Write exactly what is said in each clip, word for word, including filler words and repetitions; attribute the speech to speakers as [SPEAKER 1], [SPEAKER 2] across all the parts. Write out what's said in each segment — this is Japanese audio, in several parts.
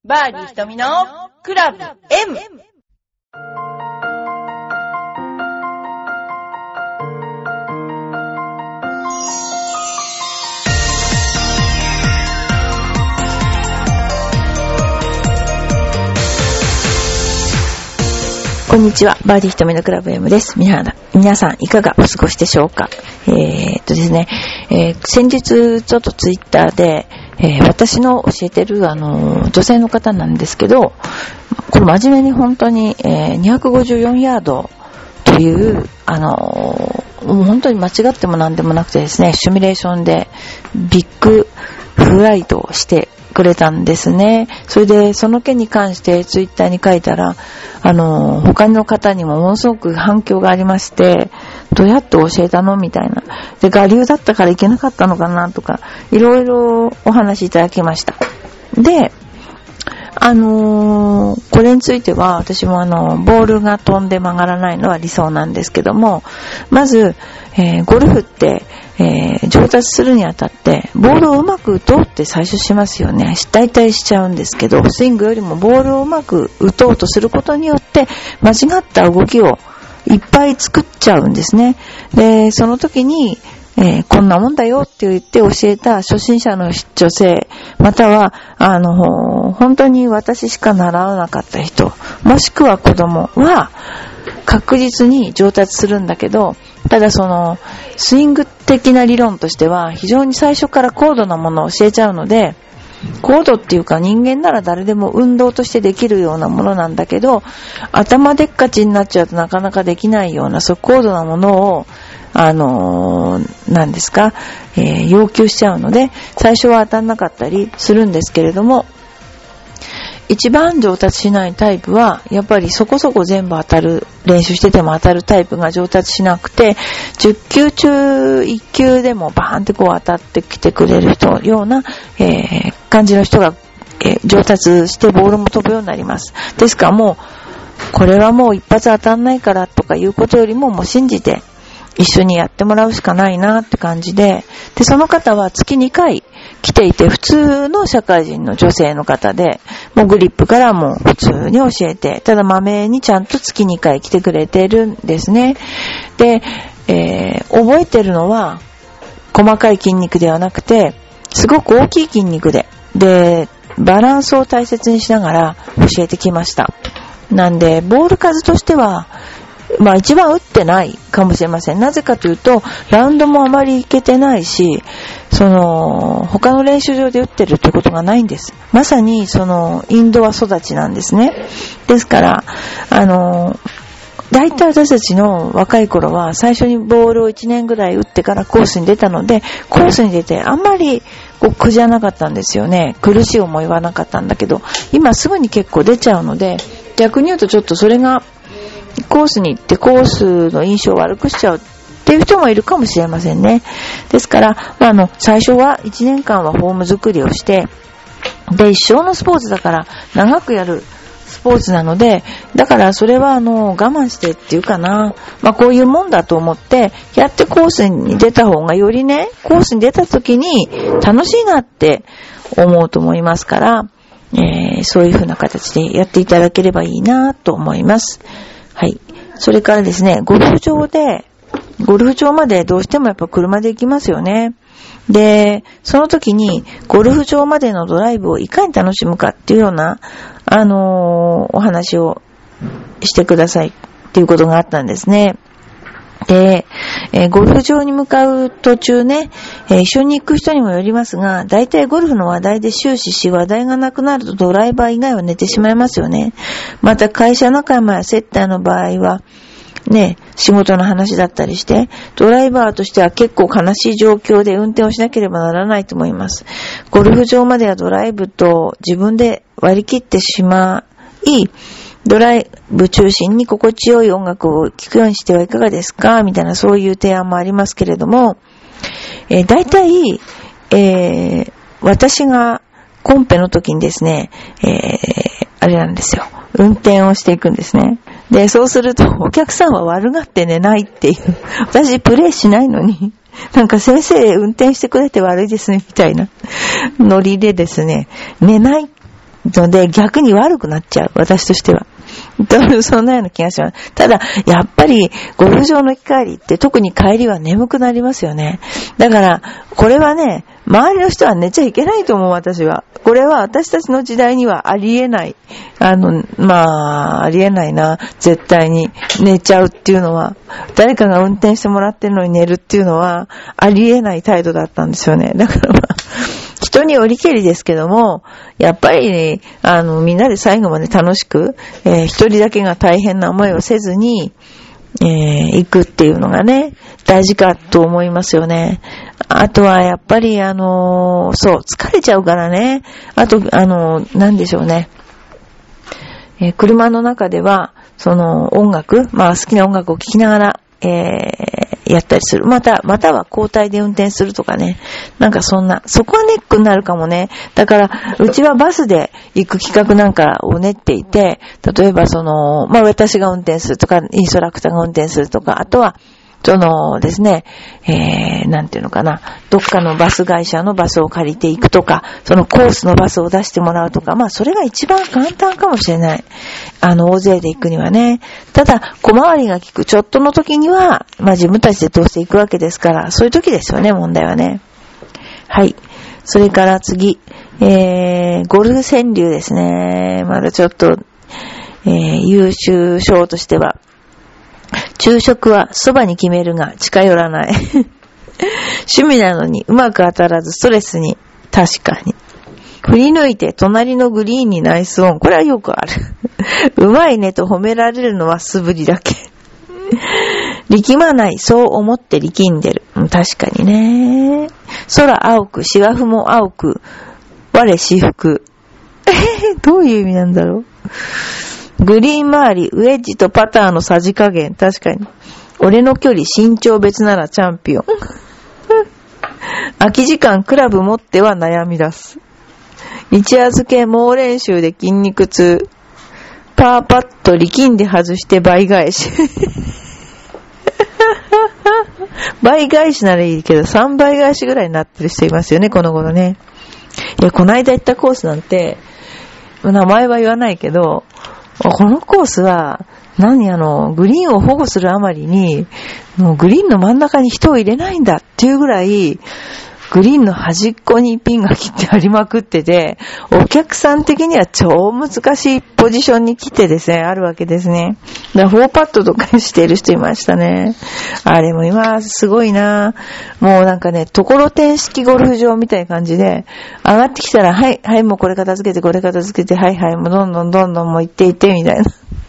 [SPEAKER 1] バーディー瞳のクラブ M。
[SPEAKER 2] こんにちは、バーディー瞳のクラブ M です。皆さんいかがお過ごしでしょうか。えー、っとですね、えー、先日ちょっとツイッターで、えー、私の教えてるあの女性の方なんですけど、これ真面目に本当に、えー、にひゃくごじゅうよんヤードというあのもう本当に間違ってもなんでもなくてですね、シミュレーションでビッグフライトをしてくれたんですね。それでその件に関してツイッターに書いたら、あの他の方にもものすごく反響がありまして、どうやって教えたのみたいな。で、我流だったからいけなかったのかなとか、いろいろお話しいただきました。で、あのー、これについては私もあのボールが飛んで曲がらないのは理想なんですけども、まず、えー、ゴルフって、えー、上達するにあたってボールをうまく打とうって最初しますよね。大体しちゃうんですけど、スイングよりもボールをうまく打とうとすることによって間違った動きをいっぱい作っちゃうんですね。で、その時にえー、こんなもんだよって言って教えた初心者の女性、またはあの本当に私しか習わなかった人、もしくは子供は確実に上達するんだけど、ただそのスイング的な理論としては非常に最初から高度なものを教えちゃうので、高度っていうか人間なら誰でも運動としてできるようなものなんだけど、頭でっかちになっちゃうとなかなかできないようなそう高度なものをあのー、何ですか、えー、要求しちゃうので、最初は当たんなかったりするんですけれども、一番上達しないタイプはやっぱりそこそこ全部当たる、練習してても当たるタイプが上達しなくて、じゅっきゅう中いっきゅうでもバーンってこう当たってきてくれる人ような、えー、感じの人が、えー、上達してボールも飛ぶようになります。ですからもうこれはもう一発当たんないからとかいうことよりも、もう信じて一緒にやってもらうしかないなって感じで、で、その方は月にかい来ていて、普通の社会人の女性の方で、もうグリップからも普通に教えて、ただまめにちゃんと月にかい来てくれてるんですね。で、えー、覚えてるのは細かい筋肉ではなくて、すごく大きい筋肉で、で、バランスを大切にしながら教えてきました。なんで、ボール数としては、まあ一番打ってないかもしれません。なぜかというと、ラウンドもあまりいけてないし、その、他の練習場で打ってるってことがないんです。まさに、その、インドア育ちなんですね。ですから、あの、大体私たちの若い頃は、最初にボールをいちねんぐらい打ってからコースに出たので、コースに出てあんまりこう苦じゃなかったんですよね。苦しい思いはなかったんだけど、今すぐに結構出ちゃうので、逆に言うとちょっとそれが、コースに行ってコースの印象を悪くしちゃうっていう人もいるかもしれませんね。ですから、まあ、あの最初はいちねんかんはフォーム作りをして、で一生のスポーツだから長くやるスポーツなので、だからそれはあの我慢してっていうかな、まあこういうもんだと思ってやってコースに出た方がよりね、コースに出た時に楽しいなって思うと思いますから、えー、そういう風な形でやっていただければいいなと思います。はい。それからですね、ゴルフ場で、ゴルフ場までどうしてもやっぱ車で行きますよね。で、その時にゴルフ場までのドライブをいかに楽しむかっていうような、あのー、お話をしてくださいっていうことがあったんですね。で、えー、ゴルフ場に向かう途中ね、えー、一緒に行く人にもよりますが、大体ゴルフの話題で終始し、話題がなくなるとドライバー以外は寝てしまいますよね。また会社仲間や接待の場合は、ね、仕事の話だったりして、ドライバーとしては結構悲しい状況で運転をしなければならないと思います。ゴルフ場まではドライブと自分で割り切ってしまい、ドライブ中心に心地よい音楽を聴くようにしてはいかがですかみたいな、そういう提案もありますけれども、えー、大体、えー、私がコンペの時にですね、えー、あれなんですよ。運転をしていくんですね。で、そうするとお客さんは悪がって寝ないっていう。私プレイしないのに、なんか先生運転してくれて悪いですねみたいなノリでですね、寝ないので逆に悪くなっちゃう、私としては。そんなような気がします。ただ、やっぱり、ゴルフ場の行き帰りって、特に帰りは眠くなりますよね。だから、これはね、周りの人は寝ちゃいけないと思う、私は。これは私たちの時代にはありえない。あの、まあ、ありえないな。絶対に寝ちゃうっていうのは、誰かが運転してもらってるのに寝るっていうのは、ありえない態度だったんですよね。だからまあ、人によりけりですけども、やっぱりね、あの、みんなで最後まで楽しく、えー、一人だけが大変な思いをせずに、えー、行くっていうのがね、大事かと思いますよね。あとはやっぱりあのー、そう、疲れちゃうからね。あと、あのー、なんでしょうね。えー、車の中では、その音楽、まあ好きな音楽を聴きながら、えー、やったりする。また、または交代で運転するとかね。なんかそんな、そこはネックになるかもね。だから、うちはバスで行く企画なんかを練っていて、例えばその、まあ私が運転するとか、インストラクターが運転するとか、あとは、そのですね、えー、なんていうのかな、どっかのバス会社のバスを借りていくとか、そのコースのバスを出してもらうとか、まあそれが一番簡単かもしれない。あの、大勢で行くにはね。ただ、小回りが利くちょっとの時には、まあ自分たちでどうせ行くわけですから、そういう時ですよね、問題はね。はい。それから次、えー、ゴルフ川柳ですね。まだちょっと、えー、優秀賞としては、昼食はそばに決めるが近寄らない。趣味なのにうまく当たらずストレスに。確かに。振り抜いて隣のグリーンにナイスオン。これはよくある。うまいねと褒められるのは素振りだけ。力まない、そう思って力んでる。確かにね。空青く、芝生も青く、我私服。どういう意味なんだろう。グリーン周り、ウェッジとパターのさじ加減。確かに。俺の距離、身長別ならチャンピオン。空き時間、クラブ持っては悩み出す。一夜漬け、猛練習で筋肉痛。パーパッと力んで外して倍返し。倍返しならいいけど、さんばい返しぐらいになってる人いますよね、この頃ね。いや、この間行ったコースなんて、名前は言わないけど、このコースは、何あの、グリーンを保護するあまりに、もうグリーンの真ん中に人を入れないんだっていうぐらい、グリーンの端っこにピンが切ってありまくってて、お客さん的には超難しいポジションに来てですね、あるわけですね。だからフォーパットとかしている人いましたね。あれも今すごいな。もうなんかね、ところてん式ゴルフ場みたいな感じで、上がってきたら、はい、はい、もうこれ片付けて、これ片付けて、はいはい、もうどんどんどんどんもう行っていって、みたいな。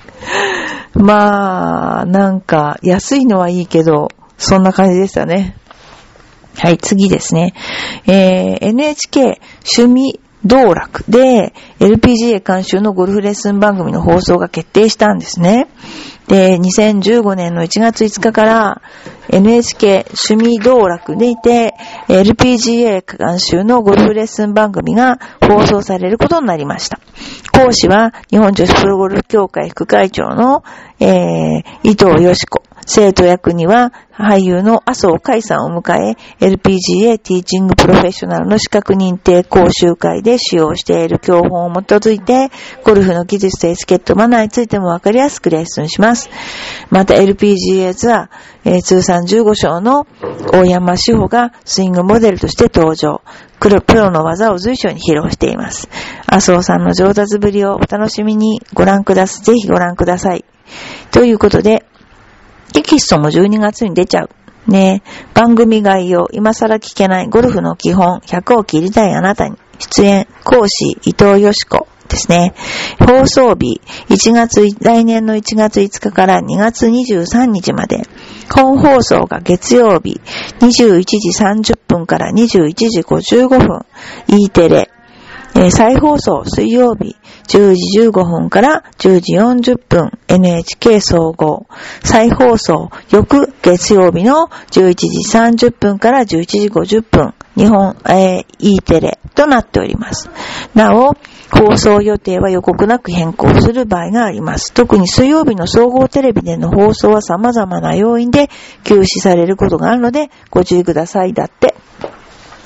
[SPEAKER 2] まあ、なんか、安いのはいいけど、そんな感じでしたね。はい、次ですね。えー、エヌエイチケー 趣味道楽で エルピージーエー 監修のゴルフレッスン番組の放送が決定したんですね。で、にせんじゅうごねんのいちがついつかから エヌエイチケー 趣味道楽でいて エルピージーエー 監修のゴルフレッスン番組が放送されることになりました。講師は日本女子プロゴルフ協会副会長の、えー、伊藤よし子。生徒役には俳優の麻生海さんを迎え、エルピージーエー ティーチングプロフェッショナルの資格認定講習会で使用している教本を基づいて、ゴルフの技術とエチケットマナーについてもわかりやすくレッスンします。また エルピージーエー ツアー、えー、通算じゅうごしょうの大山志保がスイングモデルとして登場。プロの技を随所に披露しています。麻生さんの上達ぶりをお楽しみにご覧ください。ぜひご覧ください。ということで、テキストもじゅうにがつに出ちゃう。ねえ。番組概要、今更聞けないゴルフの基本、ひゃくを切りたいあなたに。出演、講師、伊藤よし子ですね。放送日、いちがつ、来年のいちがついつかからにがつにじゅうさんにちまで。本放送が月曜日、にじゅういちじさんじゅっぷんからにじゅういちじごじゅうごふん。E テレ。えー、再放送水曜日じゅうじじゅうごふんからじゅうじよんじゅっぷん エヌエイチケー 総合再放送翌月曜日のじゅういちじさんじゅっぷんからじゅういちじごじゅっぷん日本、えー、E テレとなっております。なお放送予定は予告なく変更する場合があります。特に水曜日の総合テレビでの放送は様々な要因で休止されることがあるのでご注意ください。だって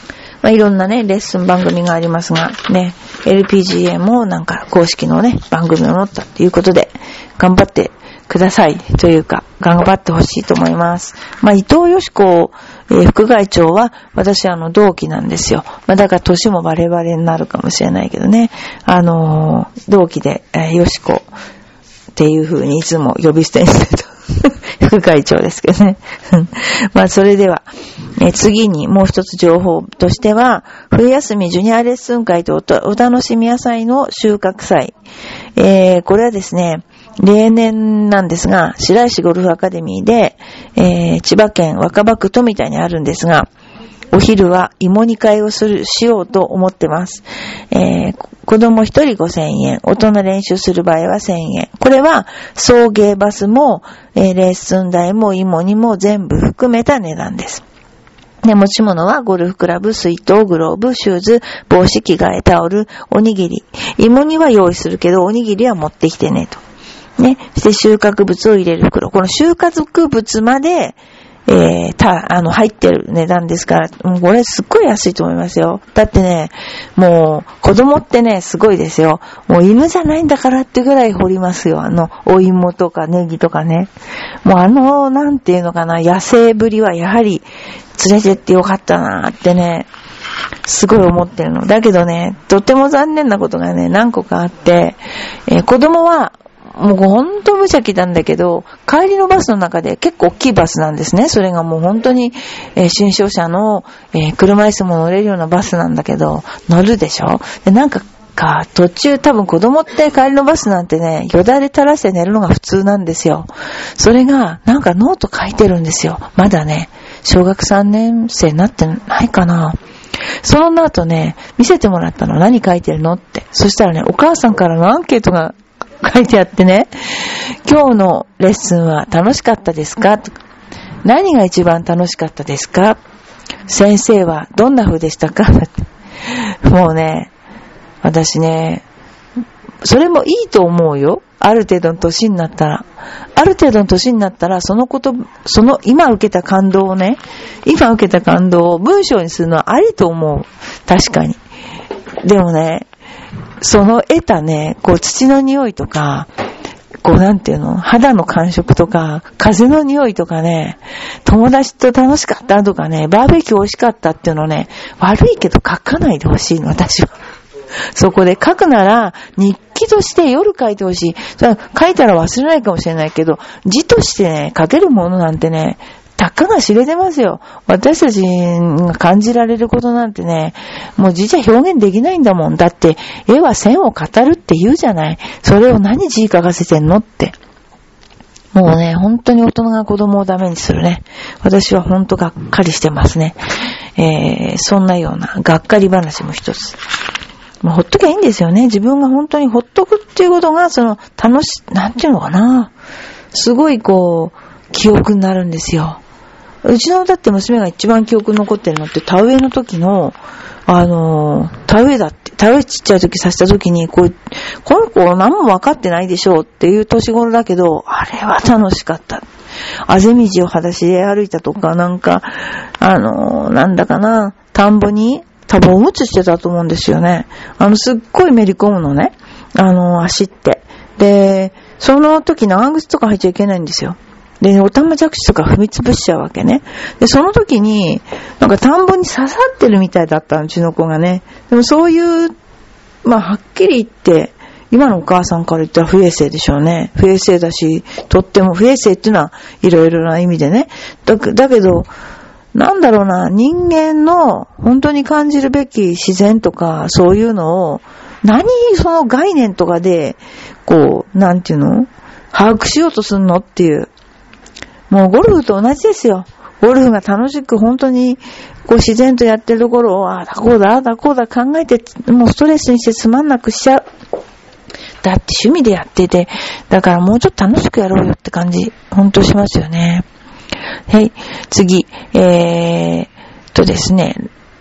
[SPEAKER 2] まあ、いろんなね、レッスン番組がありますが、ね、エルピージーエー もなんか公式のね、番組を持ったということで、頑張ってくださいというか、頑張ってほしいと思います。まあ、伊藤よし子、えー、副会長は、私あの、同期なんですよ。まあ、だから年もバレバレになるかもしれないけどね、あのー、同期で、えー、よし子っていう風にいつも呼び捨てにすると。副会長ですけどね。まあ、それでは、えー、次にもう一つ情報としては、冬休みジュニアレッスン会とお楽しみ野菜の収穫祭。えー、これはですね、例年なんですが、白石ゴルフアカデミーで、えー、千葉県若葉区富田にあるんですが、お昼は芋煮会をする、しようと思ってます。えー、子供一人ごせんえん、大人練習する場合はせんえん。これは送迎バスも、えー、レッスン代も芋煮も全部含めた値段です。で、持ち物はゴルフクラブ、水筒、グローブ、シューズ、帽子、着替え、タオル、おにぎり。芋煮は用意するけど、おにぎりは持ってきてねと。ね。そして収穫物を入れる袋。この収穫物まで、えー、た、あの、入ってる値段ですから、もうこれすっごい安いと思いますよ。だってね、もう、子供ってね、すごいですよ。もう犬じゃないんだからってぐらい掘りますよ。あの、お芋とかネギとかね。もうあの、なんていうのかな、野生ぶりはやはり、連れてってよかったなーってね、すごい思ってるの。だけどね、とても残念なことがね、何個かあって、えー、子供は、もうほんと無邪気なんだけど、帰りのバスの中で結構大きいバスなんですね。それがもう本当に、えー、新商車の、えー、車椅子も乗れるようなバスなんだけど、乗るでしょ？で、なんか、か、途中多分子供って帰りのバスなんてね、よだれ垂らして寝るのが普通なんですよ。それが、なんかノート書いてるんですよ。まだね、小学さんねん生になってないかな。その後ね、見せてもらったの。何書いてるのって。そしたらね、お母さんからのアンケートが書いてあってね、今日のレッスンは楽しかったですか？何が一番楽しかったですか？先生はどんな風でしたか？もうね、私ね、それもいいと思うよ。ある程度の年になったら。ある程度の年になったら、そのこと、その今受けた感動をね、今受けた感動を文章にするのはありと思う。確かに。でもね、その得たね、こう土の匂いとか、こうなんていうの、肌の感触とか、風の匂いとかね、友達と楽しかったとかね、バーベキュー美味しかったっていうのね、悪いけど書かないでほしいの、私は。そこで書くなら、日記として夜書いてほしい。それは書いたら忘れないかもしれないけど、字としてね、書けるものなんてね、たかが知れてますよ。私たちが感じられることなんてね、もう字じゃ表現できないんだもん。だって、絵は線を語るって言うじゃない。それを何字書かせてんのって。もうね、本当に大人が子供をダメにするね。私は本当がっかりしてますね。えー、そんなようながっかり話も一つ。もうほっときゃいいんですよね。自分が本当にほっとくっていうことが、その、楽し、なんていうのかな。すごいこう、記憶になるんですよ。うちのだって娘が一番記憶に残ってるのって、田植えの時の、あの、田植えだって、田植えちっちゃい時させた時に、こう、この子何も分かってないでしょうっていう年頃だけど、あれは楽しかった。あぜ道を裸足で歩いたとか、なんか、あの、なんだかな、田んぼに、多分おむつしてたと思うんですよね。あの、すっごいめり込むのね。あの、足って。で、その時長靴とか履いちゃいけないんですよ。で、おたまじゃくしとか踏みつぶしちゃうわけね。で、その時に、なんか田んぼに刺さってるみたいだったの、うちの子がね。でもそういう、まあ、はっきり言って、今のお母さんから言ったら不衛生でしょうね。不衛生だし、とっても不衛生っていうのはいろいろな意味でね。だ、だけど、なんだろうな、人間の本当に感じるべき自然とかそういうのを何その概念とかでこう、なんていうの把握しようとするのっていう。もうゴルフと同じですよ。ゴルフが楽しく本当にこう自然とやってるところをああだこうだああだこうだ考えてもうストレスにしてつまんなくしちゃう。だって趣味でやってて、だからもうちょっと楽しくやろうよって感じ本当しますよね。はい、次、えーっとですね、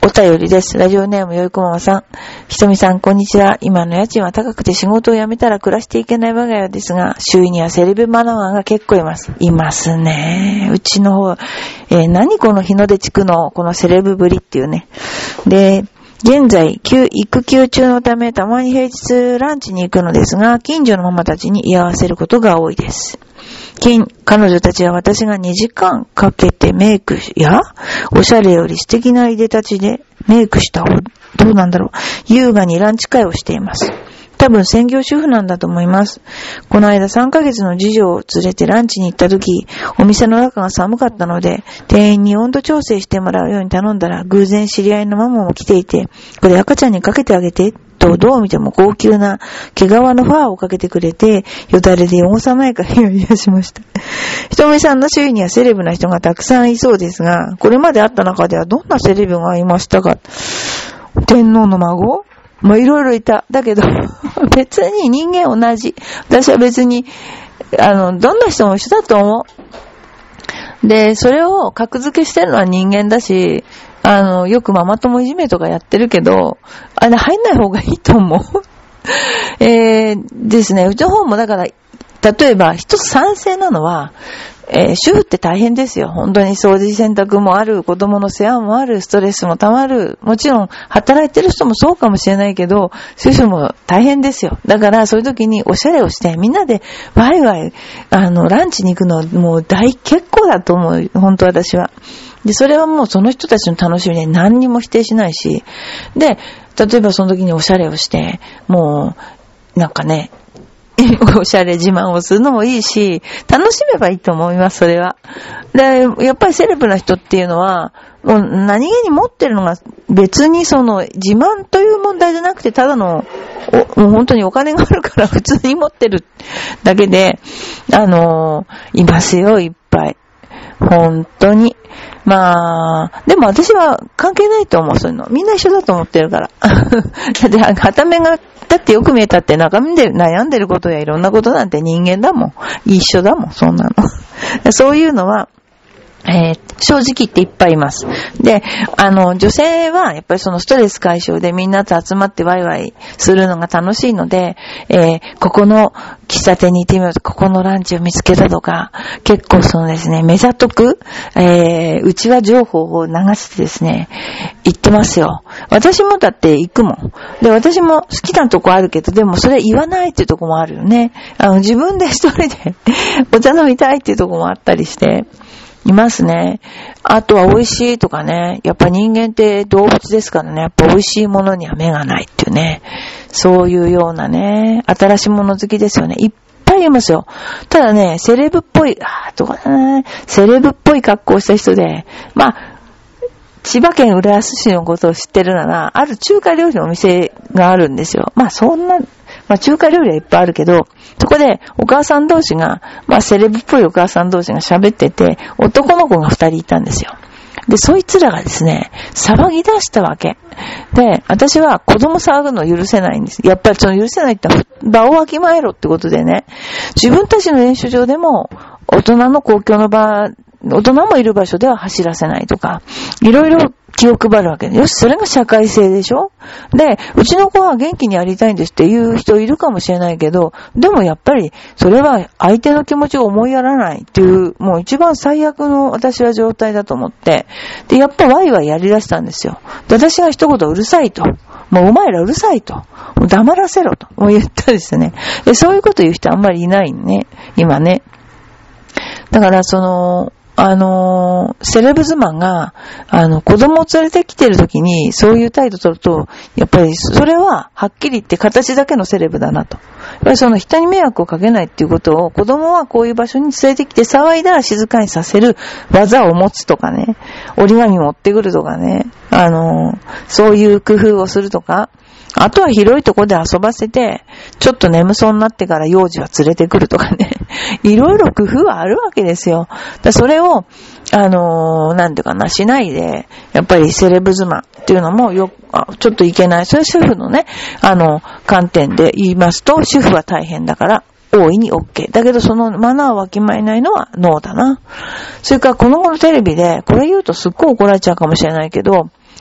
[SPEAKER 2] お便りです。ラジオネームよいこママさん。ひとみさん、こんにちは。今の家賃は高くて仕事を辞めたら暮らしていけない我が家ですが、周囲にはセレブマナーが結構います。いますね。うちの方、えー、何この日の出地区のこのセレブぶりっていうね。で、現在、休育休中のため、たまに平日ランチに行くのですが、近所のママたちに居合わせることが多いです。彼女たちは私がにじかんかけてメイクや、おしゃれより素敵ないでたちでメイクしたどうなんだろう、優雅にランチ会をしています。多分専業主婦なんだと思います。この間さんかげつの次女を連れてランチに行った時、お店の中が寒かったので、店員に温度調整してもらうように頼んだら、偶然知り合いのママも来ていて、これ赤ちゃんにかけてあげて、とどう見ても高級な毛皮のファーをかけてくれて、よだれで汚さないからヒヤヒヤしました。ひとみさんの周囲にはセレブな人がたくさんいそうですが、これまで会った中ではどんなセレブがいましたか？天皇の孫？まあ、いろいろいた。だけど、別に人間同じ。私は別に、あの、どんな人も一緒だと思う。で、それを格付けしてるのは人間だし、あの、よくママ友いじめとかやってるけど、あれ入んない方がいいと思う。えー、ですね、うちの方もだから、例えば一つ賛成なのは、えー、主婦って大変ですよ。本当に掃除洗濯もある、子供の世話もある、ストレスもたまる。もちろん働いてる人もそうかもしれないけど、主婦も大変ですよ。だからそういう時におしゃれをしてみんなでワイワイあのランチに行くのもう大結構だと思う。本当私は。で、それはもうその人たちの楽しみで何にも否定しないし、で、例えばその時におしゃれをして、もうなんかね。おしゃれ自慢をするのもいいし、楽しめばいいと思います、それは。で、やっぱりセレブな人っていうのは、もう何気に持ってるのが別にその自慢という問題じゃなくて、ただの、おもう本当にお金があるから普通に持ってるだけで、あのー、いますよ、いっぱい。本当に。まあ、でも私は関係ないと思う、そういうの。みんな一緒だと思ってるから。だって、片目が、だってよく見えたって中身で悩んでることやいろんなことなんて人間だもん。一緒だもん、そんなの。そういうのは、えー、正直言っていっぱいいます。で、あの、女性はやっぱりそのストレス解消でみんなと集まってワイワイするのが楽しいので、えー、ここの喫茶店に行ってみようと、ここのランチを見つけたとか、結構そのですね、目ざとく、えー、うちは情報を流してですね、行ってますよ。私もだって行くもん。で、私も好きなとこあるけど、でもそれ言わないっていうとこもあるよね。あの、自分で一人でお茶飲みたいっていうとこもあったりして、いますね。あとは美味しいとかね。やっぱ人間って動物ですからね。やっぱ美味しいものには目がないっていうね。そういうようなね。新しいもの好きですよね。いっぱいいますよ。ただね、セレブっぽい、あーとかね。セレブっぽい格好をした人で、まあ、千葉県浦安市のことを知ってるなら、ある中華料理のお店があるんですよ。まあそんな、まあ中華料理はいっぱいあるけど、そこでお母さん同士が、まあセレブっぽいお母さん同士が喋ってて、男の子が二人いたんですよ。で、そいつらがですね、騒ぎ出したわけ。で、私は子供騒ぐのを許せないんです。やっぱりその許せないって場をわきまえろってことでね、自分たちの練習場でも大人の公共の場、大人もいる場所では走らせないとか、いろいろ気を配るわけで。よし、それが社会性でしょ？で、うちの子は元気にやりたいんですっていう人いるかもしれないけど、でもやっぱり、それは相手の気持ちを思いやらないっていう、もう一番最悪の私は状態だと思って、で、やっぱワイワイやり出したんですよ。で、私が一言うるさいと。もうお前らうるさいと。もう黙らせろと。もう言ったですね。で、そういうこと言う人あんまりいないね。今ね。だからその、あのー、セレブ妻が、あの、子供を連れてきてるときに、そういう態度取ると、やっぱり、それは、はっきり言って形だけのセレブだなと。やっぱりその人に迷惑をかけないっていうことを、子供はこういう場所に連れてきて騒いだら静かにさせる技を持つとかね、折り紙持ってくるとかね、あのー、そういう工夫をするとか、あとは広いところで遊ばせて、ちょっと眠そうになってから幼児は連れてくるとかね。いろいろ工夫はあるわけですよ。だそれを、あのー、なんていうかな、しないで、やっぱりセレブ妻っていうのもよ、あちょっといけない。それは主婦のね、あの、観点で言いますと、主婦は大変だから、大いに OK。だけどそのマナーをわきまえないのはノーだな。それからこの頃テレビで、これ言うとすっごい怒られちゃうかもしれないけど、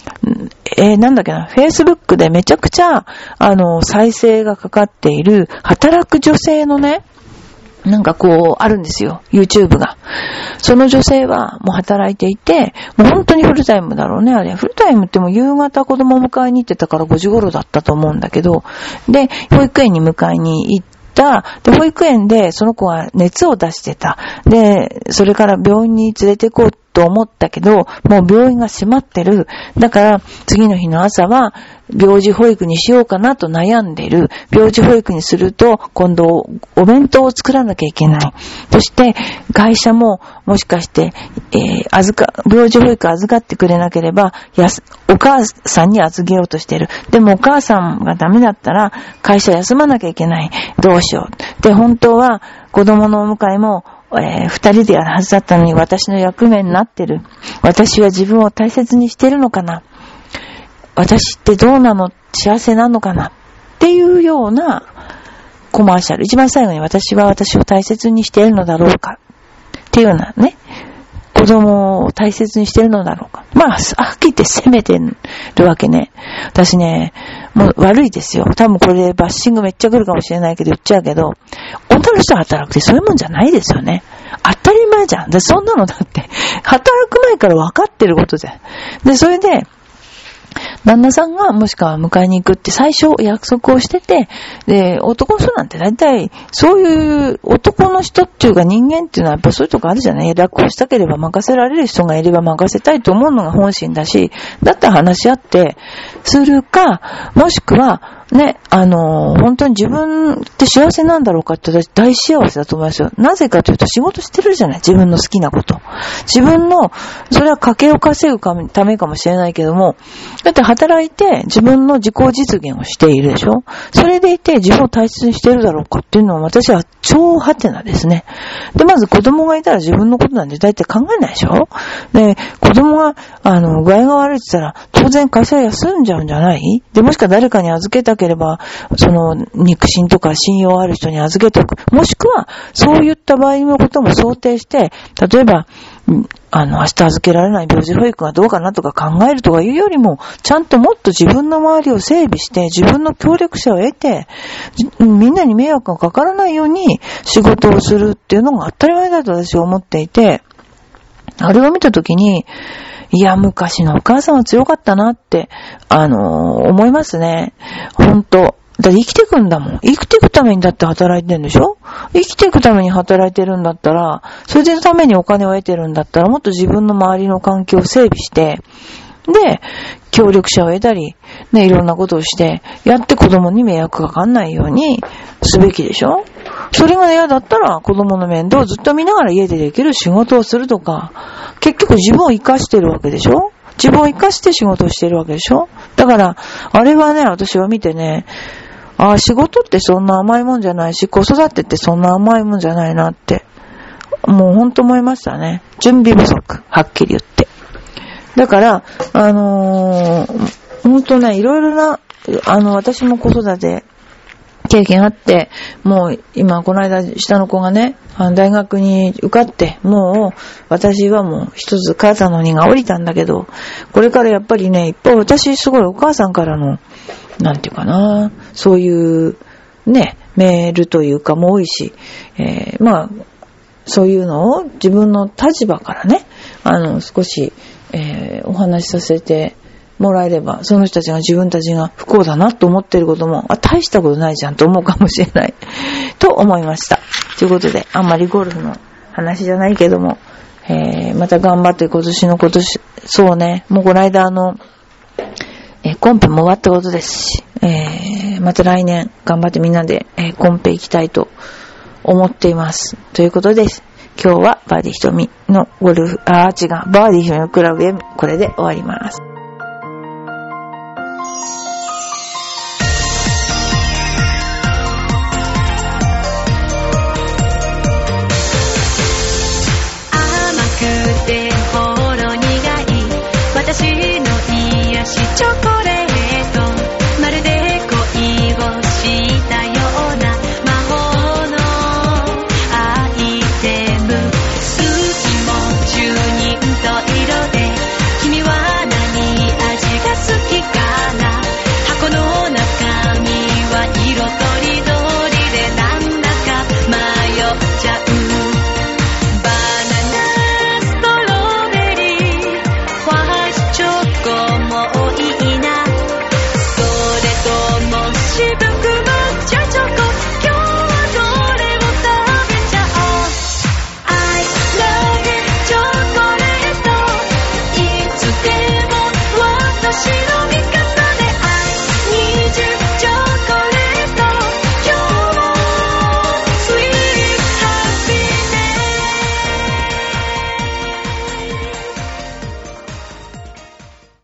[SPEAKER 2] えー、なんだっけな、Facebook でめちゃくちゃ、あの、再生がかかっている、働く女性のね、なんかこう、あるんですよ。YouTube が。その女性はもう働いていて、もう本当にフルタイムだろうね、あれ。フルタイムってもう夕方子供を迎えに行ってたからごじ頃だったと思うんだけど、で、保育園に迎えに行って、で、保育園でその子は熱を出してた。で、それから病院に連れて行こうと思ったけど、もう病院が閉まってる。だから、次の日の朝は、病児保育にしようかなと悩んでいる。病児保育にすると、今度、お弁当を作らなきゃいけない。そして、会社も、もしかして、えー、預か、病児保育預かってくれなければ、やす、お母さんに預けようとしている。でもお母さんがダメだったら、会社休まなきゃいけない。どうしよう。で、本当は、子供のお迎えも、えー、二人でやるはずだったのに、私の役目になってる。私は自分を大切にしてるのかな。私ってどうなの？幸せなのかなっていうようなコマーシャル。一番最後に私は私を大切にしているのだろうかっていうようなね、子供を大切にしているのだろうか。まあ、はっきり言って責めてるわけね。私ね、もう悪いですよ。多分これでバッシングめっちゃ来るかもしれないけど言っちゃうけど、女の人が働くってそういうもんじゃないですよね。当たり前じゃん。で、そんなのだって、働く前から分かってることじゃん。で、それで、旦那さんがもしくは迎えに行くって最初約束をしてて、で、男の人なんて大体、そういう男の人っていうか人間っていうのはやっぱそういうとこあるじゃない。楽をしたければ任せられる人がいれば任せたいと思うのが本心だし、だったら話し合ってするか、もしくは、ね、あの、本当に自分って幸せなんだろうかって私大幸せだと思いますよ。なぜかというと仕事してるじゃない。自分の好きなこと。自分の、それは家計を稼ぐためかもしれないけども、だって働いて自分の自己実現をしているでしょ。それでいて自分を大切にしてるだろうかっていうのは私は超ハテナですね。で、まず子供がいたら自分のことなんて大体考えないでしょ。で、子供が、あの、具合が悪いって言ったら当然会社休んじゃうんじゃない？で、もしくは誰かに預けたければ、その肉親とか信用ある人に預けておく。もしくは、そういった場合のことも想定して、例えば、あの、明日預けられない病児保育がどうかなとか考えるとかいうよりも、ちゃんともっと自分の周りを整備して、自分の協力者を得て、みんなに迷惑がかからないように仕事をするっていうのが当たり前だと私は思っていて、あれを見たときに、いや、昔のお母さんは強かったなって、あのー、思いますね。ほんと。だって生きていくんだもん。生きていくためにだって働いてるんでしょ？生きていくために働いてるんだったら、それでのためにお金を得てるんだったら、もっと自分の周りの環境を整備して、で、協力者を得たり、ね、いろんなことをして、やって子供に迷惑がかかんないようにすべきでしょ？それが嫌だったら子供の面倒をずっと見ながら家でできる仕事をするとか、結局自分を生かしてるわけでしょ？自分を生かして仕事をしてるわけでしょ？だから、あれはね、私は見てね、ああ、仕事ってそんな甘いもんじゃないし、子育てってそんな甘いもんじゃないなって、もうほんと思いましたね。準備不足、はっきり言って。だから、あのー、ほんとね、いろいろな、あの、私も子育て経験あって、もう今この間下の子がね、あの大学に受かって、もう私はもう一つ肩の荷が降りたんだけど、これからやっぱりね、いっぱい私すごいお母さんからの、なんていうかな、そういうね、メールというかも多いし、えー、まあ、そういうのを自分の立場からね、あの、少し、えー、お話しさせてもらえれば、その人たちが自分たちが不幸だなと思っていることも、あ、大したことないじゃんと思うかもしれないと思いました。ということで、あんまりゴルフの話じゃないけども、えー、また頑張って今年の今年、そうね、もうこの間あの、えー、コンペも終わったことですし、えー、また来年頑張ってみんなで、えー、コンペ行きたいと思っています。ということです。今日はバーディーひとみのゴルフ、あー違う、バーディーひとみのクラブ M、これで終わります。